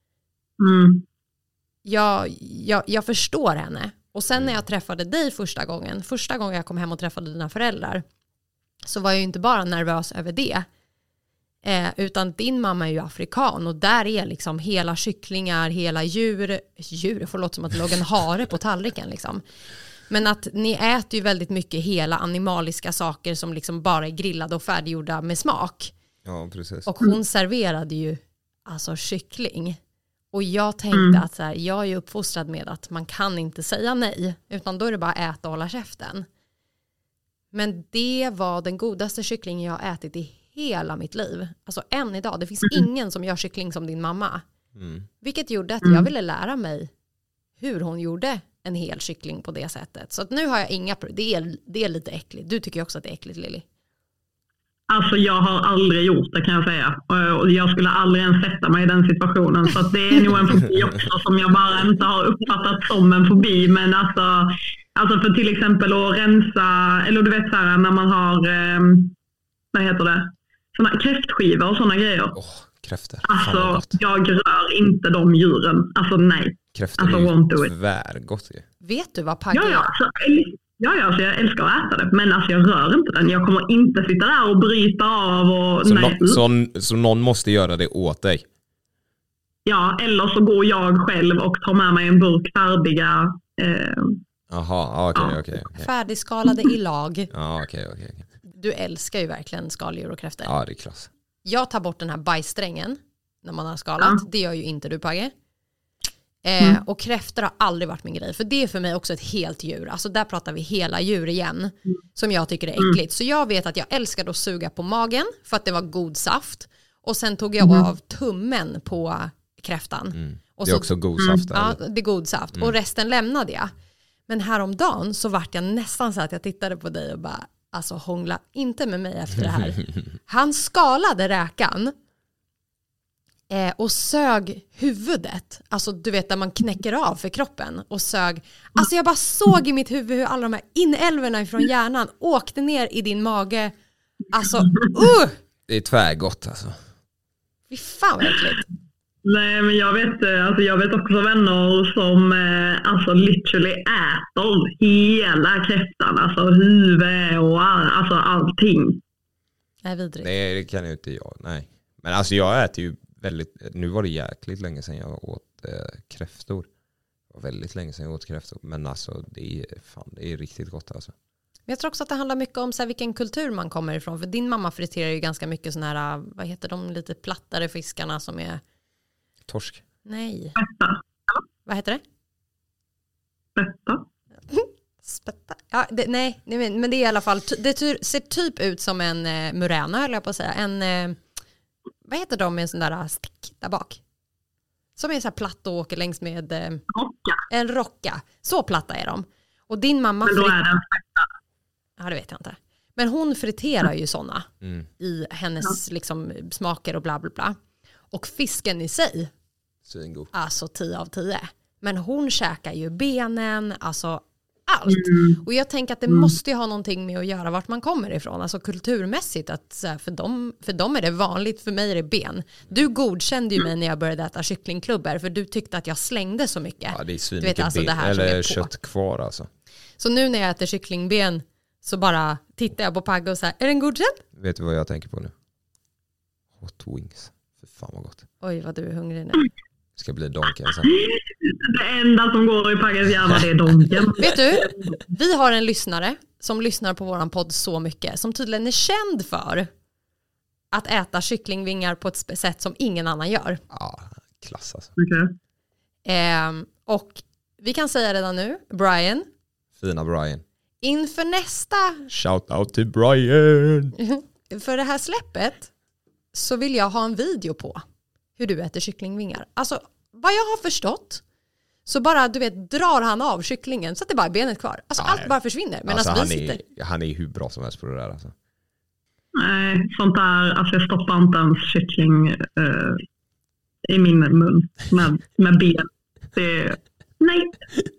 Jag förstår henne. Och sen när jag träffade dig första gången jag kom hem och träffade dina föräldrar, så var jag ju inte bara nervös över det. Utan din mamma är ju afrikan och där är liksom hela kycklingar, hela djur får låta som att det låg en hare på tallriken liksom. Men att ni äter ju väldigt mycket hela animaliska saker som liksom bara är grillade och färdiggjorda med smak. Ja, precis. Och hon serverade ju alltså kyckling. Och jag tänkte att så här, jag är uppfostrad med att man kan inte säga nej. Utan då är det bara äta och hålla käften. Men det var den godaste kycklingen jag har ätit i hela mitt liv. Alltså än idag. Det finns ingen som gör kyckling som din mamma. Vilket gjorde att jag ville lära mig hur hon gjorde en hel kyckling på det sättet. Så att nu har jag inga... Det är lite äckligt. Du tycker också att det är äckligt, Lili. Alltså jag har aldrig gjort det, kan jag säga. Och jag skulle aldrig ens sätta mig i den situationen. Så att det är nog en fobi också som jag bara inte har uppfattat som en fobi. Men alltså för till exempel att rensa, eller du vet så här när man har, vad heter det? Såna kräftskivor och såna grejer. Kräftor. Alltså jag rör inte de djuren. Alltså nej. Kräftor alltså, är ju tvärgott ju. Vet du vad Pagge är? Alltså jag älskar att äta det. Men alltså jag rör inte den. Jag kommer inte sitta där och bryta av. Och, så någon måste göra det åt dig? Ja, eller så går jag själv och tar med mig en burk färdiga... Jaha, okej. Färdigskalade i lag. Ja, okej. Du älskar ju verkligen skaldjur och kräftor. Ja, det är klass. Jag tar bort den här bajssträngen när man har skalat. Det gör ju inte du, Pagge. Och kräftor har aldrig varit min grej. För det är för mig också ett helt djur. Alltså där pratar vi hela djur igen. Som jag tycker är äckligt. Så jag vet att jag älskade att suga på magen. För att det var god saft. Och sen tog jag av tummen på kräftan. Och det är också god saft. Ja, det är god saft. Och resten lämnade jag. Men häromdagen så vart jag nästan så att jag tittade på dig och bara... Alltså hångla inte med mig efter det här. Han skalade räkan. Och sög huvudet. Alltså du vet där man knäcker av för kroppen. Och sög. Alltså jag bara såg i mitt huvud hur alla de här inälvorna från hjärnan åkte ner i din mage. Alltså Det är tvärgott alltså. Fy fan vad äckligt. Nej, men jag vet också vänner som alltså literally äter hela kräftan. Alltså huvud och allting. Nej, vidrigt. Nej, det kan ju inte jag. Nej. Men alltså jag äter ju nu var det jäkligt länge sedan jag åt kräftor. Det var väldigt länge sedan jag åt kräftor. Men alltså det är riktigt gott alltså. Men jag tror också att det handlar mycket om så här, vilken kultur man kommer ifrån. För din mamma friterar ju ganska mycket såna här, vad heter de lite plattare fiskarna som är... Torsk? Nej. Vad heter det? Spätta. Ja, nej, men det är i alla fall, det ser typ ut som en muräna höll jag på att säga. Vad heter de med en sån där stick där bak? Som är så här platt och åker längs med en rocka. Så platta är de. Och din mamma... Men då är den spätta. Ja, det vet jag inte. Men hon friterar ju såna i hennes liksom, smaker och bla bla bla. Och fisken i sig, Svingod. alltså 10 av 10. Men hon käkar ju benen, alltså allt. Och jag tänker att det måste ju ha någonting med att göra vart man kommer ifrån. Alltså kulturmässigt, att för dem är det vanligt, för mig är det ben. Du godkände ju mig när jag började äta kycklingklubbor, för du tyckte att jag slängde så mycket. Ja, det är svinmycket alltså, ben, eller kött kvar alltså. Så nu när jag äter kycklingben så bara tittar jag på Pagge och säger, är den godkänd? Vet du vad jag tänker på nu? Hot wings. För fan vad gott. Oj, vad du är hungrig nu. Ska bli donken sen. Det enda som går i Pagges hjärna, det är donken. Vet du, vi har en lyssnare som lyssnar på våran podd så mycket, som tydligen är känd för att äta kycklingvingar på ett sätt som ingen annan gör. Ja, klass alltså. Okay. Och vi kan säga redan nu, Brian. Fina Brian. Inför nästa... Shout out till Brian. För det här släppet så vill jag ha en video på hur du äter kycklingvingar. Alltså, vad jag har förstått så bara, du vet, drar han av kycklingen så att det bara är benet kvar. Alltså, allt bara försvinner. Men alltså, vi sitter... han är hur bra som helst på det där alltså. Nej, sånt där, alltså jag stoppar inte ens kyckling i min mun med ben. Nej.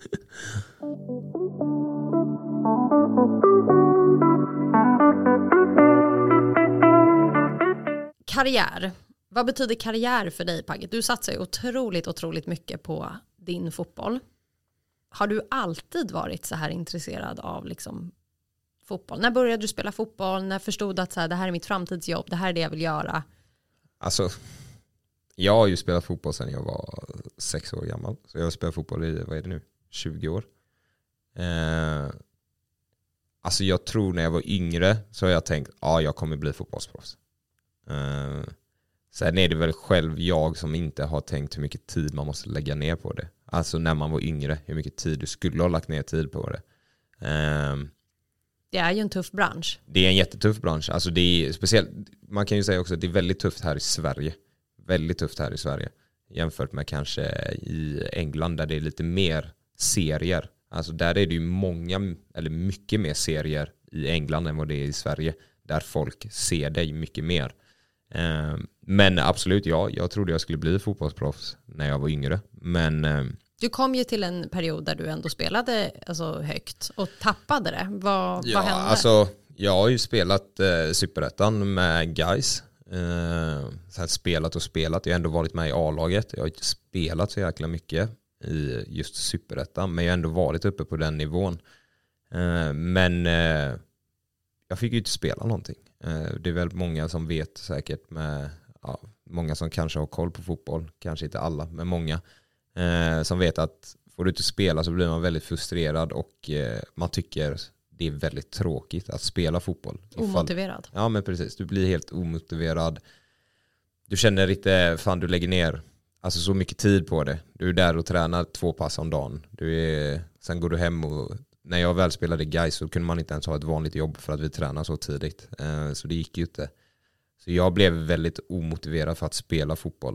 Karriär. Vad betyder karriär för dig, Pagge? Du satsar ju otroligt mycket på din fotboll. Har du alltid varit så här intresserad av liksom fotboll? När började du spela fotboll? När förstod du att så här, det här är mitt framtidsjobb, det här är det jag vill göra? Alltså, jag har ju spelat fotboll sedan jag var 6 år gammal. Så jag har spelat fotboll i, vad är det nu, 20 år. Alltså jag tror när jag var yngre så har jag tänkt, jag kommer bli fotbollsproffs. Sen är det väl själv jag som inte har tänkt hur mycket tid man måste lägga ner på det. Alltså när man var yngre, hur mycket tid du skulle ha lagt ner tid på det. Det är ju en tuff bransch. Det är en jättetuff bransch. Alltså det är speciellt, man kan ju säga också att det är väldigt tufft här i Sverige. Väldigt tufft här i Sverige. Jämfört med kanske i England där det är lite mer serier. Alltså där är det ju mycket mer serier i England än vad det är i Sverige. Där folk ser dig mycket mer. Men absolut, jag trodde jag skulle bli fotbollsproffs när jag var yngre. Men du kom ju till en period där du ändå spelade alltså, högt och tappade det. Vad hände? Alltså, jag har ju spelat Superettan med guys. Så spelat. Jag har ändå varit med i A-laget. Jag har inte spelat så jäkla mycket i just Superettan. Men jag har ändå varit uppe på den nivån. Men jag fick ju inte spela någonting. Det är väl många som vet säkert med, många som kanske har koll på fotboll, kanske inte alla, men många som vet att får du inte spela så blir man väldigt frustrerad och man tycker det är väldigt tråkigt att spela fotboll. Omotiverad. Ja men precis, du blir helt omotiverad. Du känner inte, fan du lägger ner alltså så mycket tid på det. Du är där och tränar 2 pass om dagen. Sen går du hem och när jag väl spelade guys så kunde man inte ens ha ett vanligt jobb för att vi tränar så tidigt. Så det gick ju inte. Så jag blev väldigt omotiverad för att spela fotboll.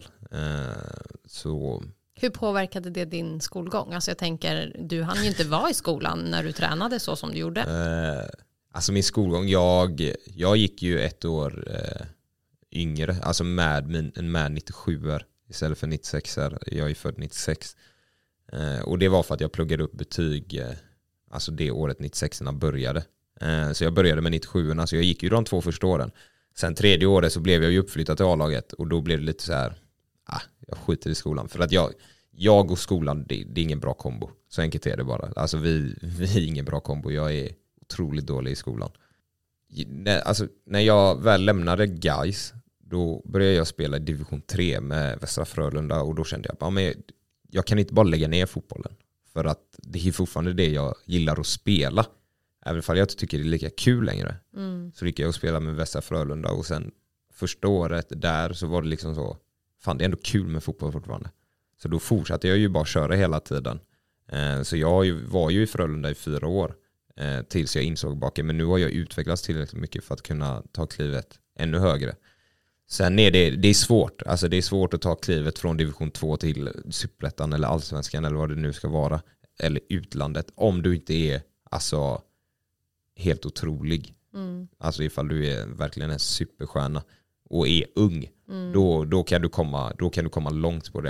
Så... Hur påverkade det din skolgång? Alltså jag tänker, du hann ju inte vara i skolan när du tränade så som du gjorde. Alltså min skolgång, jag gick ju 1 år yngre. Alltså med 97-er istället för 96-er. Jag är född 96. Och det var för att jag pluggade upp betyg... Alltså det året 96-erna började. Så jag började med 97-erna. Så jag gick ju de 2 första åren. Sen 3:e året så blev jag ju uppflyttad till A-laget. Och då blev det lite så här. Jag skiter i skolan. För att jag och skolan, det är ingen bra kombo. Så enkelt är det bara. Alltså vi är ingen bra kombo. Jag är otroligt dålig i skolan. Alltså när jag väl lämnade guys. då började jag spela i division 3 med Västra Frölunda och då kände jag att jag kan inte bara lägga ner fotbollen. För att det är fortfarande det jag gillar att spela. Även om jag inte tycker det är lika kul längre. Så gick jag och spela med Västra Frölunda och sen första året där så var det liksom så, fan det är ändå kul med fotboll fortfarande. Så då fortsatte jag ju bara köra hela tiden. Så jag var ju i Frölunda i 4 år tills jag insåg bakom. Men nu har jag utvecklats tillräckligt mycket för att kunna ta klivet ännu högre. Sen är det är svårt. Alltså det är svårt att ta klivet från division 2 till Superettan eller Allsvenskan eller vad det nu ska vara. Eller utlandet. Om du inte är alltså helt otrolig. Alltså ifall du är verkligen en superstjärna och är ung. Då kan du komma långt på det.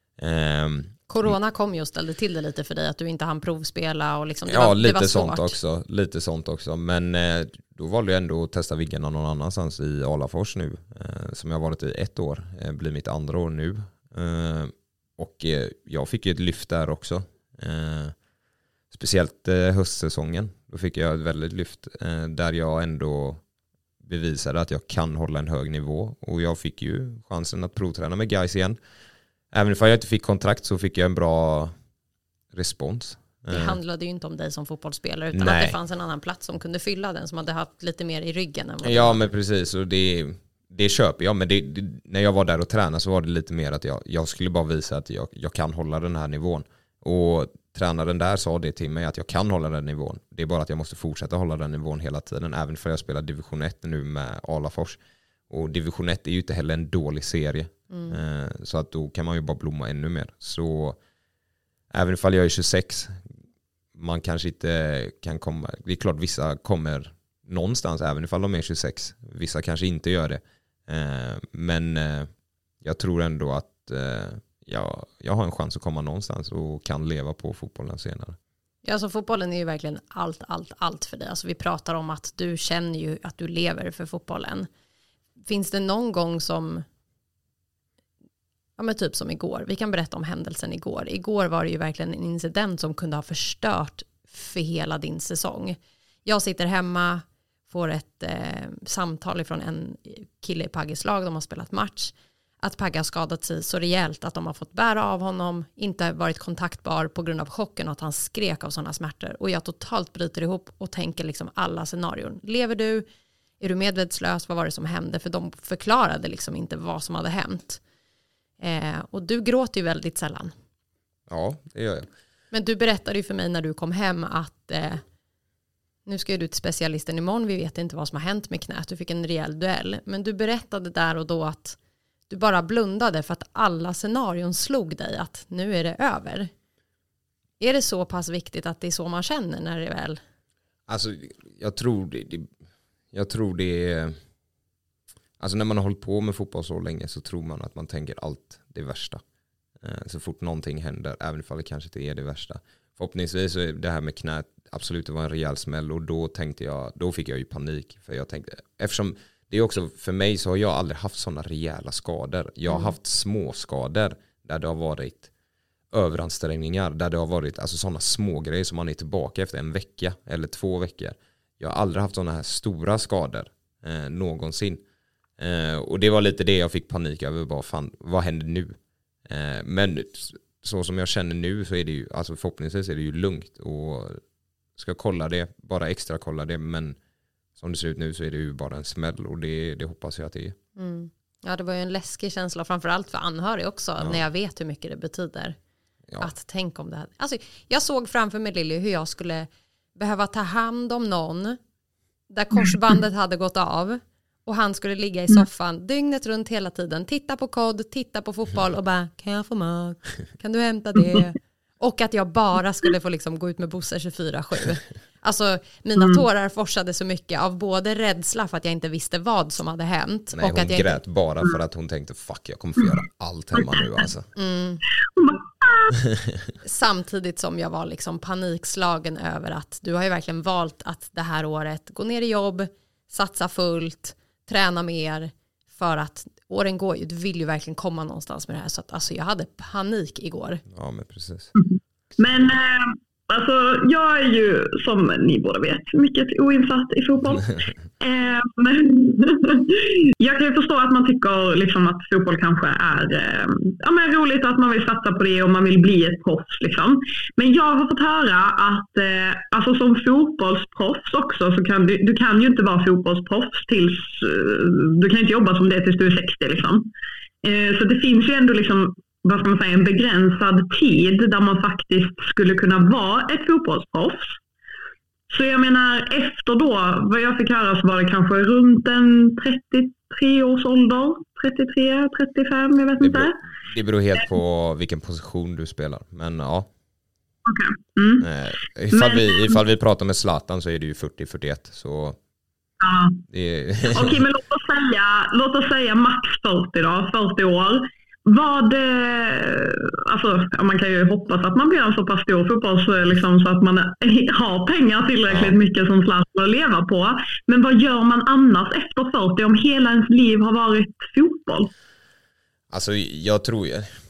Corona kom ju och ställde till det lite för dig att du inte hann provspela och liksom, det var svårt. Lite sånt också. Men då valde jag ändå att testa viggarna någon annanstans i Alafors nu. Som jag har varit i 1 år. Blir mitt andra år nu. Och jag fick ju ett lyft där också. Speciellt höstsäsongen. Då fick jag ett väldigt lyft. Där jag ändå bevisade att jag kan hålla en hög nivå. Och jag fick ju chansen att provträna med guys igen. Även om jag inte fick kontrakt så fick jag en bra respons. Det handlade ju inte om dig som fotbollsspelare utan att det fanns en annan plats som kunde fylla den, som hade haft lite mer i ryggen. Än men precis. Och det köper jag. Men när jag var där och tränade så var det lite mer att jag skulle bara visa att jag kan hålla den här nivån. Och tränaren där sa det till mig att jag kan hålla den nivån. Det är bara att jag måste fortsätta hålla den nivån hela tiden. Även för jag spelar division 1 nu med Alafors. Och division 1 är ju inte heller en dålig serie. Så att då kan man ju bara blomma ännu mer. Så även ifall jag är 26, man kanske inte kan komma. Det är klart vissa kommer någonstans även ifall de är 26. Vissa kanske inte gör det. Men jag tror ändå att jag har en chans att komma någonstans och kan leva på fotbollen senare. Ja, alltså fotbollen är ju verkligen allt för dig. Alltså vi pratar om att du känner ju att du lever för fotbollen. Finns det någon gång som, men typ som igår, vi kan berätta om händelsen igår. Igår var det ju verkligen en incident som kunde ha förstört för hela din säsong. Jag sitter hemma, får ett samtal från en kille i Pagges lag, de har spelat match. Att Pagge har skadat sig så rejält att de har fått bära av honom, inte varit kontaktbar på grund av chocken och att han skrek av sådana smärtor. Och jag totalt bryter ihop och tänker liksom alla scenarion. Lever du? Är du medvetslös? Vad var det som hände? För de förklarade liksom inte vad som hade hänt. Och du gråter ju väldigt sällan. Ja, det gör jag. Men du berättade ju för mig när du kom hem att nu ska du till specialisten imorgon. Vi vet inte vad som har hänt med knät. Du fick en rejäl duell. Men du berättade där och då att du bara blundade för att alla scenarion slog dig att nu är det över. Är det så pass viktigt att det är så man känner när det är väl? Alltså jag tror det är, alltså när man har hållit på med fotboll så länge så tror man att man tänker allt det värsta. Så fort någonting händer, även ifall det kanske inte är det värsta. Förhoppningsvis så är det här med knät absolut, det var en rejäl smäll och då fick jag ju panik. För jag tänkte, eftersom det är också, för mig så har jag aldrig haft sådana rejäla skador. Jag har haft små skador där det har varit överansträngningar, där det har varit alltså sådana små grejer som man är tillbaka efter 1 vecka eller 2 veckor. Jag har aldrig haft sådana här stora skador någonsin. Och det var lite det jag fick panik över. Bara, fan, vad händer nu? Men så som jag känner nu så är det ju, alltså förhoppningsvis är det ju lugnt. Och ska kolla det, bara extra kolla det. Men som det ser ut nu så är det ju bara en smäll. Och det hoppas jag att det är. Mm. Ja, det var ju en läskig känsla. Framförallt för anhörig också. När jag vet hur mycket det betyder. Ja. Att tänka om det här. Alltså, jag såg framför mig, Lilly, hur jag skulle behöva ta hand om någon där korsbandet hade gått av och han skulle ligga i soffan dygnet runt hela tiden, titta på kod, titta på fotboll och bara, kan jag få mat? Kan du hämta det? Och att jag bara skulle få liksom gå ut med Bosse 24/7. Alltså mina tårar forsade så mycket av både rädsla för att jag inte visste vad som hade hänt. Nej, och hon grät bara för att hon tänkte, fuck, jag kommer få göra allt hemma nu alltså. Samtidigt som jag var liksom panikslagen över att du har ju verkligen valt att det här året gå ner i jobb, satsa fullt, träna mer, för att åren går ju, du vill ju verkligen komma någonstans med det här. Så att, alltså, jag hade panik igår. Ja, men precis. Men Alltså, jag är ju, som ni båda vet, mycket oinsatt i fotboll. Jag kan ju förstå att man tycker liksom att fotboll kanske är roligt och att man vill satsa på det och man vill bli ett proffs. Liksom. Men jag har fått höra att alltså som fotbollsproffs också så kan du kan ju inte vara fotbollsproffs tills du kan inte jobba som det tills du är 60. Liksom. Så det finns ju ändå liksom, vad ska man säga, en begränsad tid där man faktiskt skulle kunna vara ett fotbollsproffs. Så jag menar, efter då, vad jag fick höra så var det kanske runt en 33 års ålder, 33, 35, jag vet inte. Det beror helt på vilken position du spelar, men ja. Okay. Ifall vi pratar med Zlatan så är det ju 40-41, så... Ja. Okej, men låt oss säga max 40 då, 40 år. Alltså, man kan ju hoppas att man blir en så pass stor fotboll liksom, så att man har pengar tillräckligt mycket som Zlatan att leva på. Men vad gör man annars efter 40 om hela ens liv har varit fotboll? Alltså jag tror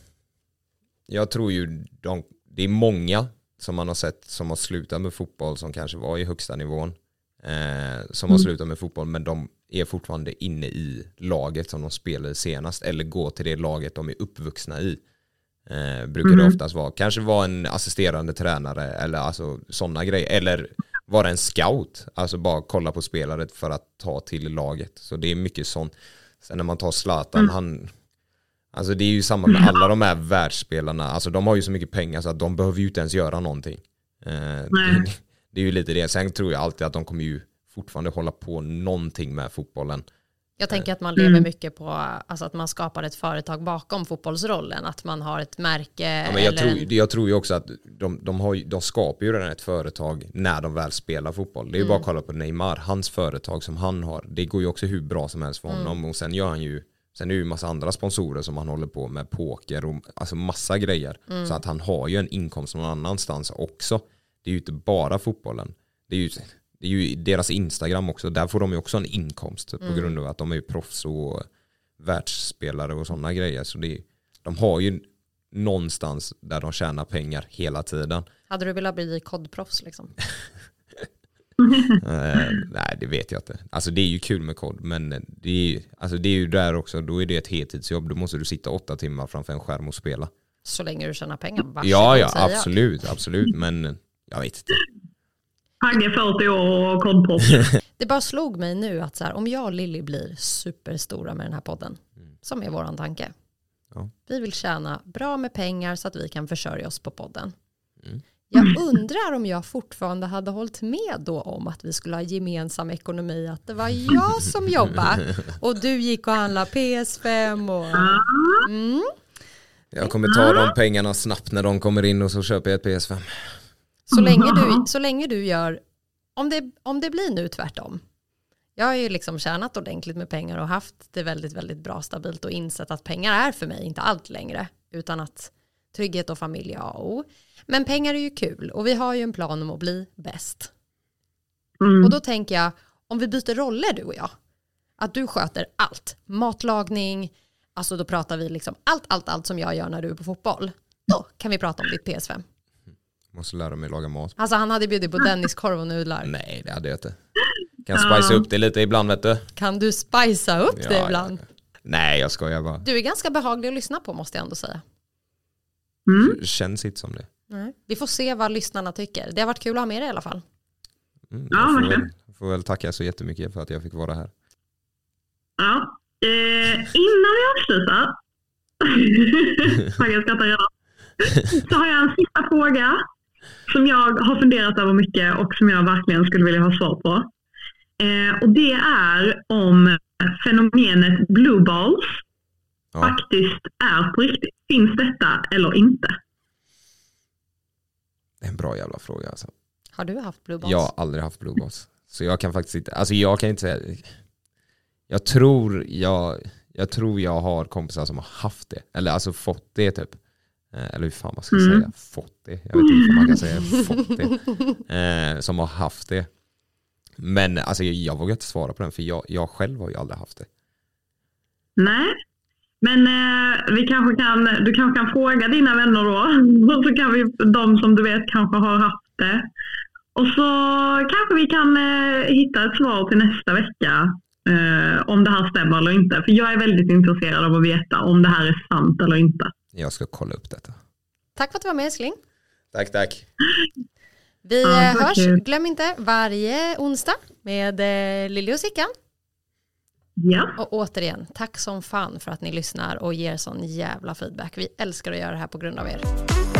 ju det är många som man har sett som har slutat med fotboll som kanske var i högsta nivån. Som har slutat med fotboll, men de är fortfarande inne i laget som de spelade senast eller går till det laget de är uppvuxna i. Brukar det oftast vara. Kanske vara en assisterande tränare eller alltså sådana grejer. Eller vara en scout. Alltså bara kolla på spelare för att ta till laget. Så det är mycket sånt. Sen när man tar Zlatan, alltså det är ju samma med alla de här världsspelarna. Alltså de har ju så mycket pengar så att de behöver ju inte ens göra någonting. Det är ju lite det. Sen tror jag alltid att de kommer ju fortfarande hålla på någonting med fotbollen. Jag tänker att man lever mycket på alltså att man skapar ett företag bakom fotbollsrollen. Att man har ett märke. Ja, men jag tror ju också att de skapar ju redan ett företag när de väl spelar fotboll. Det är ju bara att kolla på Neymar. Hans företag som han har. Det går ju också hur bra som helst för honom. Och sen gör han ju... Sen är det ju en massa andra sponsorer som han håller på med, poker och alltså massa grejer. Så att han har ju en inkomst någon annanstans också. Det är ju inte bara fotbollen. Det är ju deras Instagram också. Där får de ju också en inkomst på grund av att de är ju proffs och världsspelare och sådana grejer. Så de har ju någonstans där de tjänar pengar hela tiden. Hade du velat bli kodproffs liksom? Nej, det vet jag inte. Alltså det är ju kul med kod, men det är ju där också. Då är det ett heltidsjobb. Då måste du sitta 8 timmar framför en skärm och spela. Så länge du tjänar pengar. Ja, absolut. Men jag vet inte. Hagge 40 år och kodproffs. Det bara slog mig nu att så här, om jag och Lilly blir superstora med den här podden, som är våran tanke. Ja. Vi vill tjäna bra med pengar så att vi kan försörja oss på podden. Jag undrar om jag fortfarande hade hållit med då om att vi skulle ha gemensam ekonomi. Att det var jag som jobbade och du gick och handlade PS5. Jag kommer ta de pengarna snabbt när de kommer in och så köper jag ett PS5. Så länge du gör, om det blir nu tvärtom. Jag har ju liksom tjänat ordentligt med pengar och haft det väldigt, väldigt bra stabilt och insett att pengar är för mig inte allt längre. Utan att trygghet och familj, men pengar är ju kul och vi har ju en plan om att bli bäst. Och då tänker jag, om vi byter roller du och jag, att du sköter allt, matlagning, alltså då pratar vi liksom allt som jag gör när du är på fotboll. Då kan vi prata om ditt PS5. Måste lära mig laga mat. Alltså han hade bjudit på Denniskorv och nudlar. Nej, det hade jag inte. Kan spicea upp det lite ibland, vet du. Kan du spicea upp det ibland? Ja. Nej, jag skojar bara. Du är ganska behaglig att lyssna på, måste jag ändå säga. Känns inte som det. Vi får se vad lyssnarna tycker. Det har varit kul att ha med dig i alla fall. Jag får väl tacka så jättemycket för att jag fick vara här. Ja. Innan vi avslutar så har jag en sista fråga som jag har funderat över mycket och som jag verkligen skulle vilja ha svar på. Och det är om fenomenet blue balls faktiskt är på riktigt. Finns detta eller inte? Det är en bra jävla fråga alltså. Har du haft blue balls? Jag har aldrig haft blue balls. Så jag kan faktiskt inte, alltså jag kan inte säga. Jag tror jag har kompisar som har haft det. Eller alltså fått det typ. Eller hur fan man ska säga. Fått det. Jag vet inte om man kan säga fått det. Som har haft det. Men alltså jag vågar inte svara på den. För jag själv har ju aldrig haft det. Nej. Men du kanske kan fråga dina vänner då. Och så kan vi, de som du vet kanske har haft det. Och så kanske vi kan hitta ett svar till nästa vecka om det här stämmer eller inte. För jag är väldigt intresserad av att veta om det här är sant eller inte. Jag ska kolla upp detta. Tack för att du var med, älskling. Tack. Vi hörs, glöm inte, varje onsdag med Lilly och Sickan. Ja. Och återigen, tack som fan för att ni lyssnar och ger sån jävla feedback. Vi älskar att göra det här på grund av er.